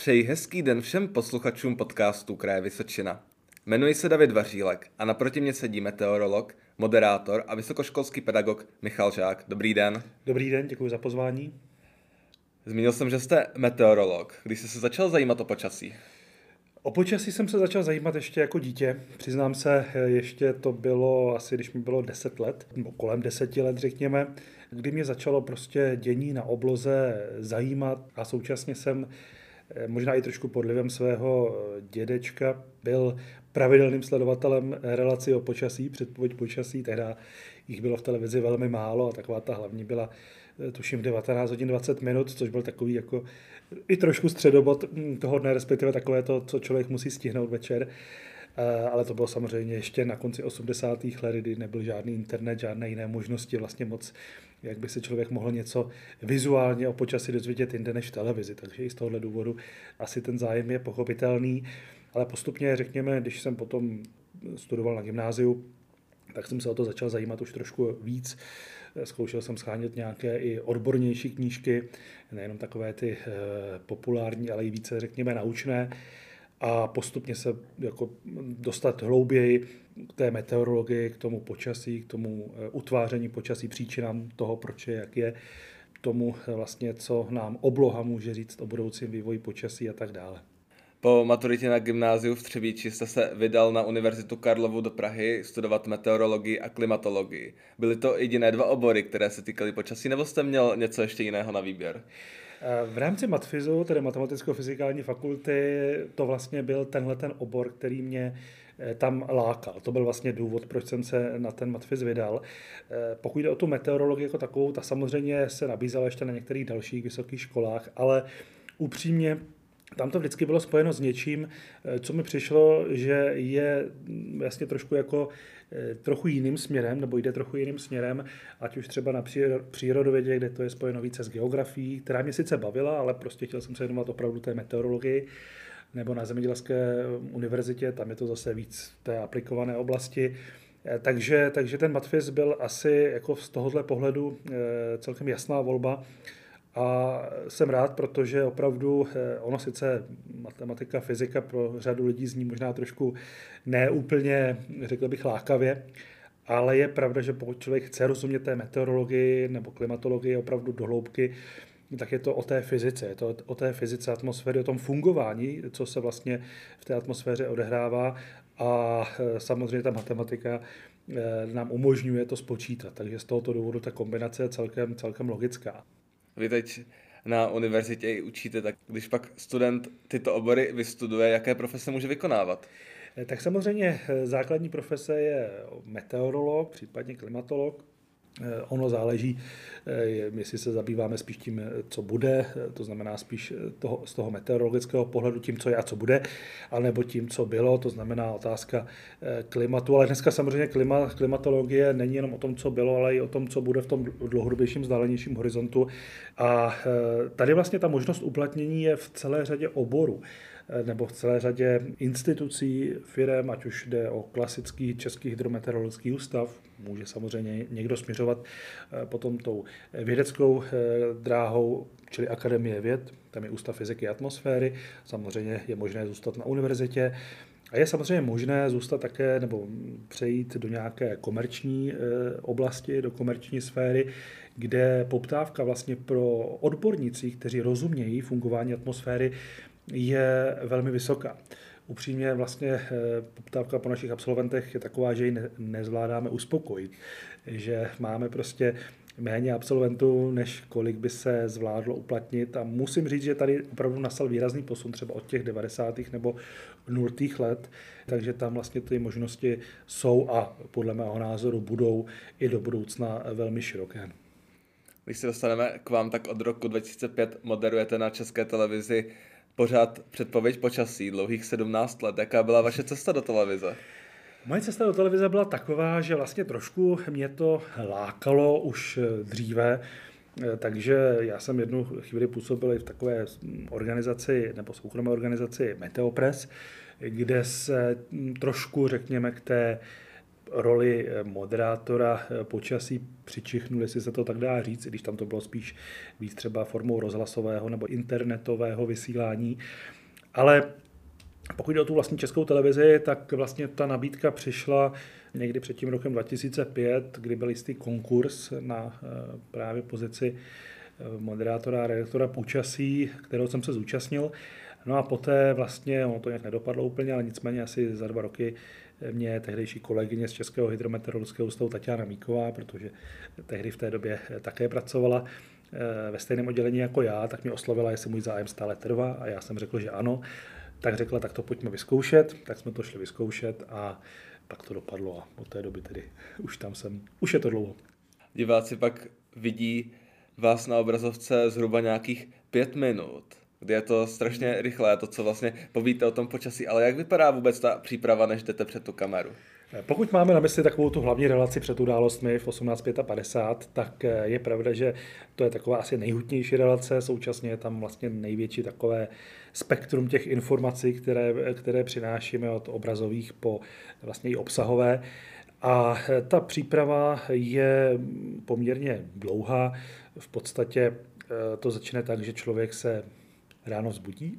Přeji hezký den všem posluchačům podcastu Kraje Vysočina. Jmenuji se David Vařílek a naproti mě sedí meteorolog, moderátor a vysokoškolský pedagog Michal Žák. Dobrý den. Dobrý den, děkuji za pozvání. Zmínil jsem, že jste meteorolog. Když jste se začal zajímat o počasí? O počasí jsem se začal zajímat ještě jako dítě. Přiznám se, ještě to bylo asi, když mi bylo 10 let, nebo kolem 10 let řekněme, kdy mě začalo prostě dění na obloze zajímat a současně jsem možná i trošku pod vlivem svého dědečka byl pravidelným sledovatelem relací o počasí, předpověď počasí, tehdy jich bylo v televizi velmi málo a taková ta hlavní byla tuším 19 hodin 20 minut, což byl takový jako i trošku středobod toho dne, respektive takové to, co člověk musí stihnout večer. Ale to bylo samozřejmě ještě na konci 80. let, kdy nebyl žádný internet, žádné jiné možnosti vlastně moc, jak by se člověk mohl něco vizuálně o počasí dozvědět jinde než v televizi. Takže i z tohohle důvodu asi ten zájem je pochopitelný. Ale postupně, řekněme, když jsem potom studoval na gymnáziu, tak jsem se o to začal zajímat už trošku víc. Zkoušel jsem shánět nějaké i odbornější knížky, nejenom takové ty populární, ale i více, řekněme, naučné. A postupně se jako dostat hlouběji k té meteorologii, k tomu počasí, k tomu utváření počasí, příčinám toho, proč je, jak je, k tomu vlastně, co nám obloha může říct o budoucím vývoji počasí a tak dále. Po maturitě na gymnáziu v Třebíči jste se vydal na Univerzitu Karlovu do Prahy studovat meteorologii a klimatologii. Byly to jediné dva obory, které se týkaly počasí, nebo jste měl něco ještě jiného na výběr? V rámci matfizu, tedy matematicko-fyzikální fakulty, to vlastně byl tenhle ten obor, který mě tam lákal. To byl vlastně důvod, proč jsem se na ten matfiz vydal. Pokud jde o tu meteorologii jako takovou, ta samozřejmě se nabízela ještě na některých dalších vysokých školách, ale upřímně tam to vždycky bylo spojeno s něčím, co mi přišlo, že je vlastně trošku jako trochu jiným směrem, nebo jde trochu jiným směrem, ať už třeba na přírodovědě, kde to je spojeno více s geografií, která mě sice bavila, ale prostě chtěl jsem se věnovat opravdu té meteorologii, nebo na zemědělské univerzitě, tam je to zase víc té aplikované oblasti. Takže ten matfiz byl asi jako z tohohle pohledu celkem jasná volba. A jsem rád, protože opravdu ono sice matematika, fyzika pro řadu lidí zní možná trošku neúplně, řekl bych, lákavě, ale je pravda, že pokud člověk chce rozumět té meteorologii nebo klimatologii opravdu do hloubky, tak je to o té fyzice, je to o té fyzice atmosféry, o tom fungování, co se vlastně v té atmosféře odehrává a samozřejmě ta matematika nám umožňuje to spočítat, takže z tohoto důvodu ta kombinace je celkem logická. Vy teď na univerzitě i učíte, tak když pak student tyto obory vystuduje, jaké profese může vykonávat? Tak samozřejmě základní profese je meteorolog, případně klimatolog. Ono záleží, jestli se zabýváme spíš tím, co bude, to znamená spíš z toho meteorologického pohledu tím, co je a co bude, anebo tím, co bylo, to znamená otázka klimatu, ale dneska samozřejmě klimatologie není jenom o tom, co bylo, ale i o tom, co bude v tom dlouhodobějším, vzdálenějším horizontu. A tady vlastně ta možnost uplatnění je v celé řadě oborů, nebo v celé řadě institucí, firem, ať už jde o klasický Český hydrometeorologický ústav, může samozřejmě někdo směřovat potom tou vědeckou dráhou, čili Akademie věd, tam je Ústav fyziky a atmosféry, samozřejmě je možné zůstat na univerzitě a je samozřejmě možné zůstat také nebo přejít do nějaké komerční oblasti, do komerční sféry, kde poptávka vlastně pro odborníci, kteří rozumějí fungování atmosféry, je velmi vysoká. Upřímně vlastně poptávka po našich absolventech je taková, že ji nezvládáme uspokojit. Že máme prostě méně absolventů, než kolik by se zvládlo uplatnit. A musím říct, že tady opravdu nastal výrazný posun třeba od těch 90. nebo 0. let. Takže tam vlastně ty možnosti jsou a podle mého názoru budou i do budoucna velmi široké. Když se dostaneme k vám, tak od roku 2005 moderujete na České televizi pořád předpověď počasí, dlouhých 17 let. Jaká byla vaše cesta do televize? Moje cesta do televize byla taková, že vlastně trošku mě to lákalo už dříve, takže já jsem jednu chvíli působil i v takové organizaci nebo soukromé organizaci Meteopress, kde se trošku, řekněme, k té roli moderátora počasí přicichnul, jestli se to tak dá říct, i když tam to bylo spíš víc třeba formou rozhlasového nebo internetového vysílání. Ale pokud jde o tu vlastní Českou televizi, tak vlastně ta nabídka přišla někdy před tím rokem 2005, kdy byl jistý konkurs na právě pozici moderátora a redaktora počasí, kterého jsem se zúčastnil. No a poté vlastně, ono to nějak nedopadlo úplně, ale nicméně asi za 2 roky mě tehdejší kolegyně z Českého hydrometeorologického ústavu Tatiana Míková, protože tehdy v té době také pracovala ve stejném oddělení jako já, tak mě oslovila, jestli můj zájem stále trvá a já jsem řekl, že ano. Tak řekla, tak to pojďme vyzkoušet, tak jsme to šli vyzkoušet a pak to dopadlo a od té doby tedy už tam jsem, už je to dlouho. Diváci pak vidí vás na obrazovce zhruba nějakých 5 minut, kdy je to strašně rychlé, to, co vlastně povíte o tom počasí, ale jak vypadá vůbec ta příprava, než jdete před tu kameru? Pokud máme na mysli takovou tu hlavní relaci před událostmi v 18.55, tak je pravda, že to je taková asi nejhutnější relace, současně je tam vlastně největší takové spektrum těch informací, které přinášíme od obrazových po vlastně i obsahové. A ta příprava je poměrně dlouhá. V podstatě to začne tak, že člověk se ráno vzbudí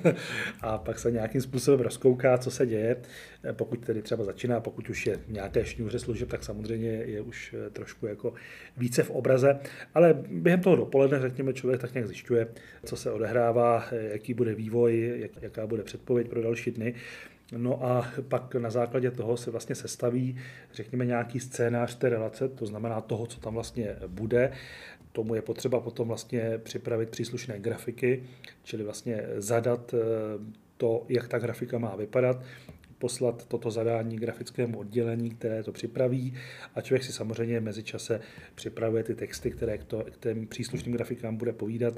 a pak se nějakým způsobem rozkouká, co se děje. Pokud tedy třeba začíná, pokud už je nějaké šňůře služeb, tak samozřejmě je už trošku jako více v obraze. Ale během toho dopoledne, řekněme, člověk tak nějak zjišťuje, co se odehrává, jaký bude vývoj, jaká bude předpověď pro další dny. No a pak na základě toho se vlastně sestaví, řekněme, nějaký scénář té relace, to znamená toho, co tam vlastně bude. Tomu je potřeba potom vlastně připravit příslušné grafiky, čili vlastně zadat to, jak ta grafika má vypadat, poslat toto zadání grafickému oddělení, které to připraví a člověk si samozřejmě v mezičase připravuje ty texty, které k těm příslušným grafikám bude povídat.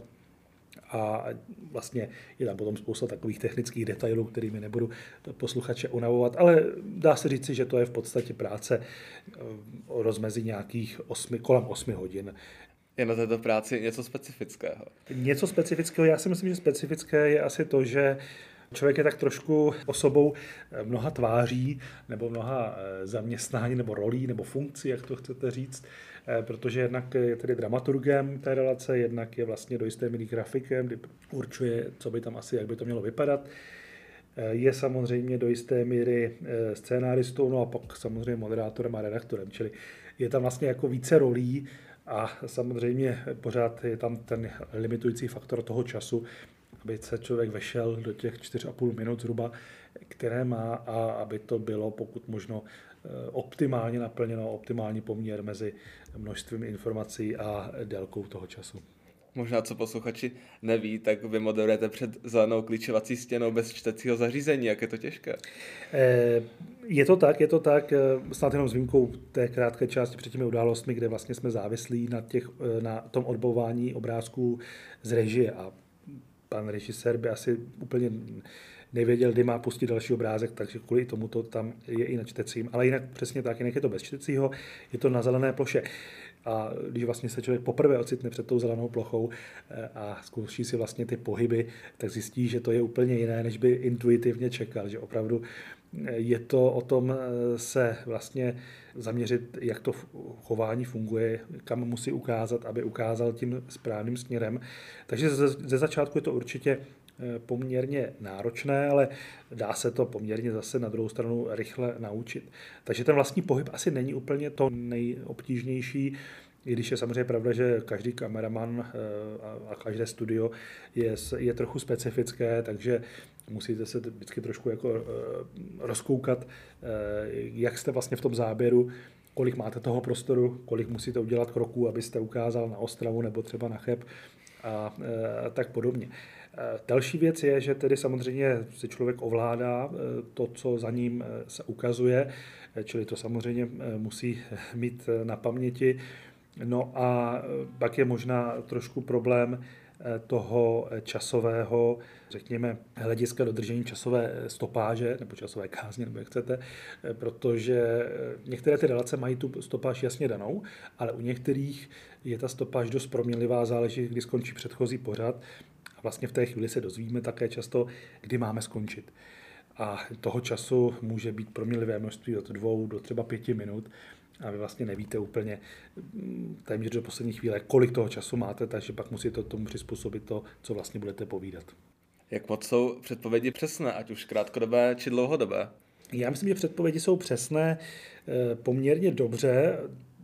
A vlastně je tam potom spousta takových technických detailů, kterými nebudu posluchače unavovat, ale dá se říci, že to je v podstatě práce o rozmezí nějakých kolem 8 hodin. Je na této práci něco specifického? Něco specifického, já si myslím, že specifické je asi to, že člověk je tak trošku osobou mnoha tváří, nebo mnoha zaměstnání, nebo rolí, nebo funkcí, jak to chcete říct, protože jednak je tedy dramaturgem té relace, jednak je vlastně do jisté míry grafikem, kdy určuje, co by tam asi, jak by to mělo vypadat. Je samozřejmě do jisté míry scénáristou, no a pak samozřejmě moderátorem a redaktorem, čili je tam vlastně jako více rolí a samozřejmě pořád je tam ten limitující faktor toho času, aby se člověk vešel do těch 4,5 minut zhruba, které má a aby to bylo pokud možno optimálně naplněno, optimální poměr mezi množstvím informací a délkou toho času. Možná, co posluchači neví, tak vy moderujete před zelenou klíčovací stěnou bez čtecího zařízení. Jak je to těžké? Je to tak, snad jenom s výjimkou té krátké části před těmi událostmi, kde vlastně jsme závislí na tom odbování obrázků z režie a pan režisér by asi úplně nevěděl, kdy má pustit další obrázek, takže kvůli tomu to tam je i na čtecím. Ale jinak přesně tak, jinak je to bez čtecího, je to na zelené ploše. A když vlastně se člověk poprvé ocitne před tou zelenou plochou a zkouší si vlastně ty pohyby, tak zjistí, že to je úplně jiné, než by intuitivně čekal, že opravdu je to o tom se vlastně zaměřit, jak to chování funguje, kam musí ukázat, aby ukázal tím správným směrem. Takže ze začátku je to určitě poměrně náročné, ale dá se to poměrně zase na druhou stranu rychle naučit. Takže ten vlastní pohyb asi není úplně to nejobtížnější, i když je samozřejmě pravda, že každý kameraman a každé studio je trochu specifické, takže musíte se vždycky trošku jako rozkoukat, jak jste vlastně v tom záběru, kolik máte toho prostoru, kolik musíte udělat kroků, abyste ukázal na Ostravu nebo třeba na Cheb a tak podobně. Další věc je, že tedy samozřejmě si člověk ovládá to, co za ním se ukazuje, čili to samozřejmě musí mít na paměti. No a pak je možná trošku problém toho časového, řekněme, hlediska dodržení časové stopáže nebo časové kázně, nebo jak chcete, protože některé ty relace mají tu stopáž jasně danou, ale u některých je ta stopáž dost proměnlivá, záleží, kdy skončí předchozí pořad a vlastně v té chvíli se dozvíme také často, kdy máme skončit. a toho času může být proměnlivé množství od 2 do třeba 5 minut a vy vlastně nevíte úplně téměř do poslední chvíle, kolik toho času máte, takže pak musíte tomu přizpůsobit to, co vlastně budete povídat. Jak moc jsou předpovědi přesné, ať už krátkodobé či dlouhodobé? Já myslím, že předpovědi jsou přesné poměrně dobře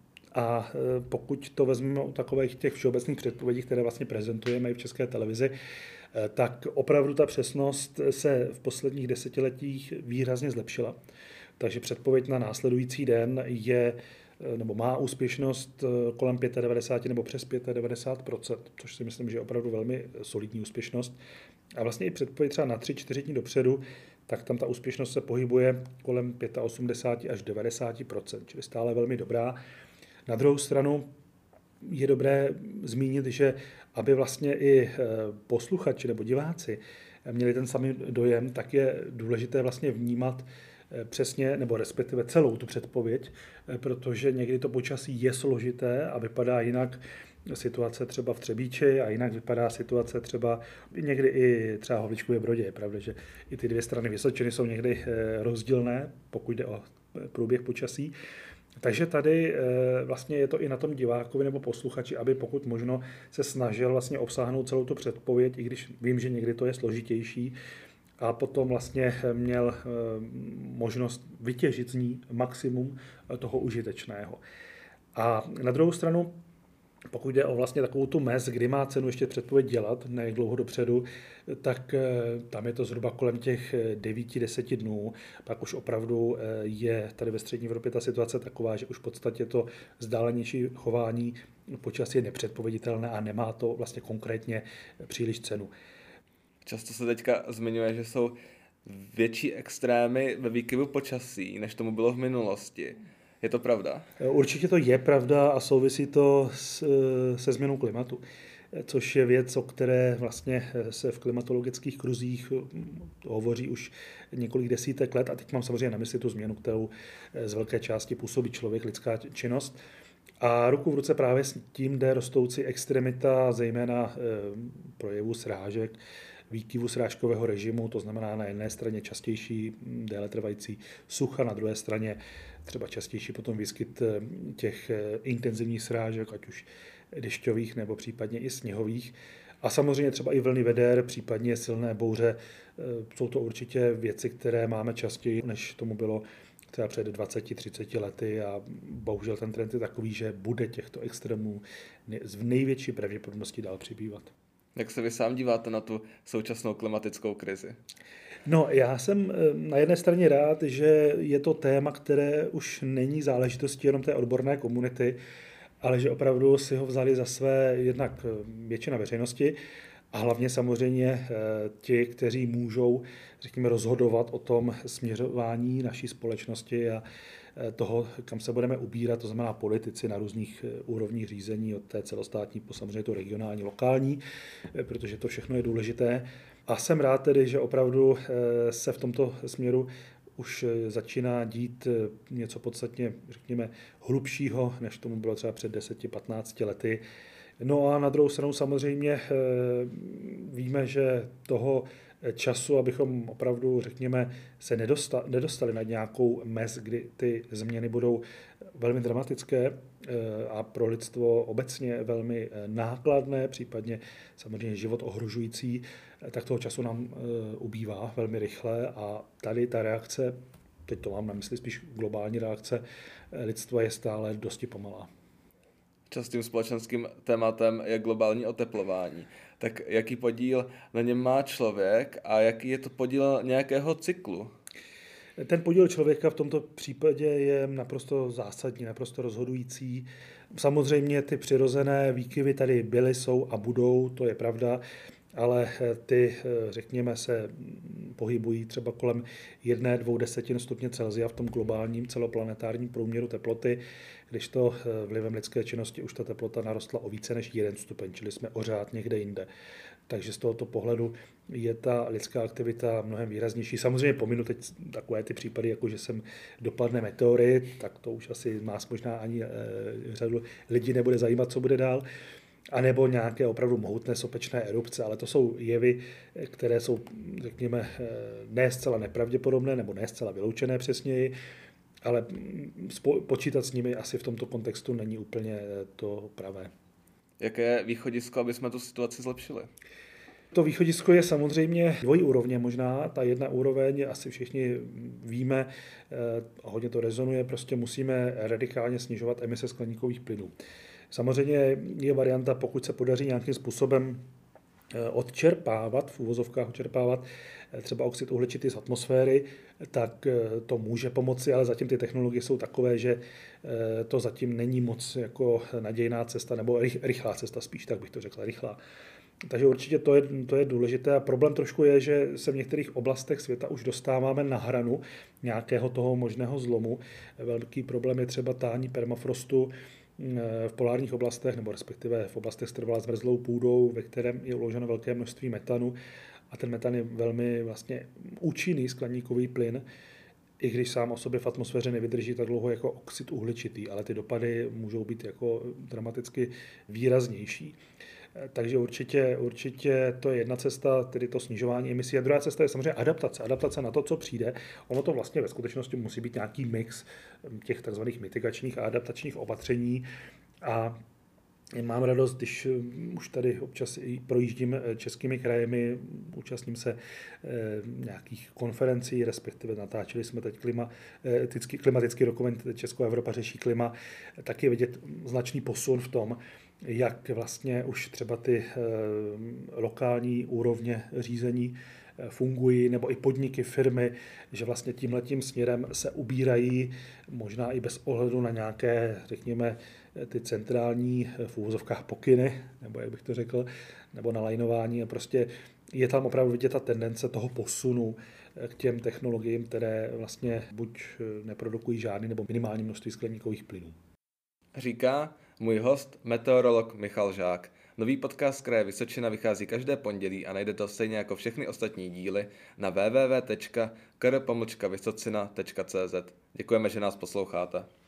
a pokud to vezmeme u takových těch všeobecných předpovědí, které vlastně prezentujeme i v České televizi, tak opravdu ta přesnost se v posledních desetiletích výrazně zlepšila. Takže předpověď na následující den je, nebo má úspěšnost kolem 95 nebo přes 95%, což si myslím, že je opravdu velmi solidní úspěšnost. A vlastně i předpověď třeba na 3-4 dní dopředu, tak tam ta úspěšnost se pohybuje kolem 85 až 90%, čili stále velmi dobrá. Na druhou stranu je dobré zmínit, že aby vlastně i posluchači nebo diváci měli ten samý dojem, tak je důležité vlastně vnímat přesně, nebo respektive celou tu předpověď, protože někdy to počasí je složité a vypadá jinak situace třeba v Třebíči a jinak vypadá situace třeba někdy i třeba v Havlíčkově Brodě. Je pravda, že i ty dvě strany Vysočiny jsou někdy rozdílné, pokud jde o průběh počasí. Takže tady vlastně je to i na tom divákovi nebo posluchači, aby pokud možno se snažil vlastně obsáhnout celou tu předpověď, i když vím, že někdy to je složitější, a potom vlastně měl možnost vytěžit z ní maximum toho užitečného. A na druhou stranu, pokud jde o vlastně takovou tu mez, kdy má cenu ještě předpověď dělat, ne jak dlouho dopředu, tak tam je to zhruba kolem těch 9-10 dnů. Pak už opravdu je tady ve střední Evropě ta situace taková, že už v podstatě to vzdálenější chování počasí je nepředpověditelné a nemá to vlastně konkrétně příliš cenu. Často se teďka zmiňuje, že jsou větší extrémy ve výkyvu počasí, než tomu bylo v minulosti. Je to pravda? Určitě to je pravda a souvisí to se změnou klimatu, což je věc, o které vlastně se v klimatologických kruzích hovoří už několik desítek let. A teď mám samozřejmě na mysli tu změnu, kterou z velké části působí člověk, lidská činnost. A ruku v ruce právě s tím jde rostoucí extremita, zejména projevů srážek, výkyvu srážkového režimu, to znamená na jedné straně častější déle trvající sucha, na druhé straně třeba častější potom výskyt těch intenzivních srážek, ať už dešťových nebo případně i sněhových. A samozřejmě třeba i vlny veder, případně silné bouře. Jsou to určitě věci, které máme častěji, než tomu bylo třeba před 20-30 lety a bohužel ten trend je takový, že bude těchto extrémů v největší pravděpodobnosti dál přibývat. Jak se vy sám díváte na tu současnou klimatickou krizi? No, já jsem na jedné straně rád, že je to téma, které už není záležitostí jenom té odborné komunity, ale že opravdu si ho vzali za své jednak většina veřejnosti a hlavně samozřejmě ti, kteří můžou, řekněme, rozhodovat o tom směřování naší společnosti a toho, kam se budeme ubírat, to znamená politici na různých úrovních řízení, od té celostátní po samozřejmě to regionální, lokální, protože to všechno je důležité. A jsem rád tedy, že opravdu se v tomto směru už začíná dít něco podstatně, řekněme, hlubšího, než tomu bylo třeba před 10-15 lety. No a na druhou stranu samozřejmě víme, že toho času, abychom opravdu, řekněme, se nedostali na nějakou mez, kdy ty změny budou velmi dramatické a pro lidstvo obecně velmi nákladné, případně samozřejmě život ohrožující, tak toho času nám ubývá velmi rychle a tady ta reakce, teď to mám na mysli spíš globální reakce lidstva, je stále dosti pomalá. Častým společenským tématem je globální oteplování. Tak jaký podíl na něm má člověk a jaký je to podíl nějakého cyklu? Ten podíl člověka v tomto případě je naprosto zásadní, naprosto rozhodující. Samozřejmě ty přirozené výkyvy tady byly, jsou a budou, to je pravda, ale ty, řekněme, se pohybují třeba kolem 1-2 stupně Celsia v tom globálním celoplanetárním průměru teploty, když to vlivem lidské činnosti už ta teplota narostla o více než 1 stupeň, čili jsme o řád někde jinde. Takže z tohoto pohledu je ta lidská aktivita mnohem výraznější. Samozřejmě pominu teď takové ty případy, jako že sem dopadne meteorit, tak to už asi nás možná ani řadu lidí nebude zajímat, co bude dál. anebo nějaké opravdu mohutné sopečné erupce, ale to jsou jevy, které jsou, řekněme, ne zcela nepravděpodobné nebo ne zcela vyloučené přesněji, ale počítat s nimi asi v tomto kontextu není úplně to pravé. Jaké je východisko, aby jsme tu situaci zlepšili? To východisko je samozřejmě dvojí úrovně možná. Ta jedna úroveň, asi všichni víme, hodně to rezonuje, prostě musíme radikálně snižovat emise skleníkových plynů. Samozřejmě je varianta, pokud se podaří nějakým způsobem odčerpávat, v uvozovkách odčerpávat třeba oxid uhličitý z atmosféry, tak to může pomoci, ale zatím ty technologie jsou takové, že to zatím není moc jako nadějná cesta, nebo rychlá cesta spíš, tak bych to řekla, rychlá. Takže určitě to je důležité a problém trošku je, že se v některých oblastech světa už dostáváme na hranu nějakého toho možného zlomu. Velký problém je třeba tání permafrostu v polárních oblastech, nebo respektive v oblastech s trvalé zmrzlou půdou, ve kterém je uloženo velké množství metanu. A ten metan je velmi vlastně účinný skleníkový plyn, i když sám o sobě v atmosféře nevydrží tak dlouho jako oxid uhličitý, ale ty dopady můžou být jako dramaticky výraznější. Takže určitě to je jedna cesta, tedy to snižování emisí. A druhá cesta je samozřejmě adaptace. Adaptace na to, co přijde. Ono to vlastně ve skutečnosti musí být nějaký mix těch tzv. Mitigačních a adaptačních opatření. A mám radost, když už tady občas projíždím českými krajemi, účastním se nějakých konferencí, respektive natáčeli jsme teď klimatický dokument Česko a Evropa řeší klima, tak je vidět značný posun v tom, jak vlastně už třeba ty lokální úrovně řízení fungují, nebo i podniky, firmy, že vlastně tímhletím směrem se ubírají, možná i bez ohledu na nějaké, řekněme, ty centrální v úvozovkách pokyny, nebo jak bych to řekl, nebo na lajnování. A prostě je tam opravdu vidět ta tendence toho posunu k těm technologiím, které vlastně buď neprodukují žádný nebo minimální množství skleníkových plynů. Říká můj host, meteorolog Michal Žák. Nový podcast z kraje Vysočina vychází každé pondělí a najdete to stejně jako všechny ostatní díly na www.kr-vysocina.cz. Děkujeme, že nás posloucháte.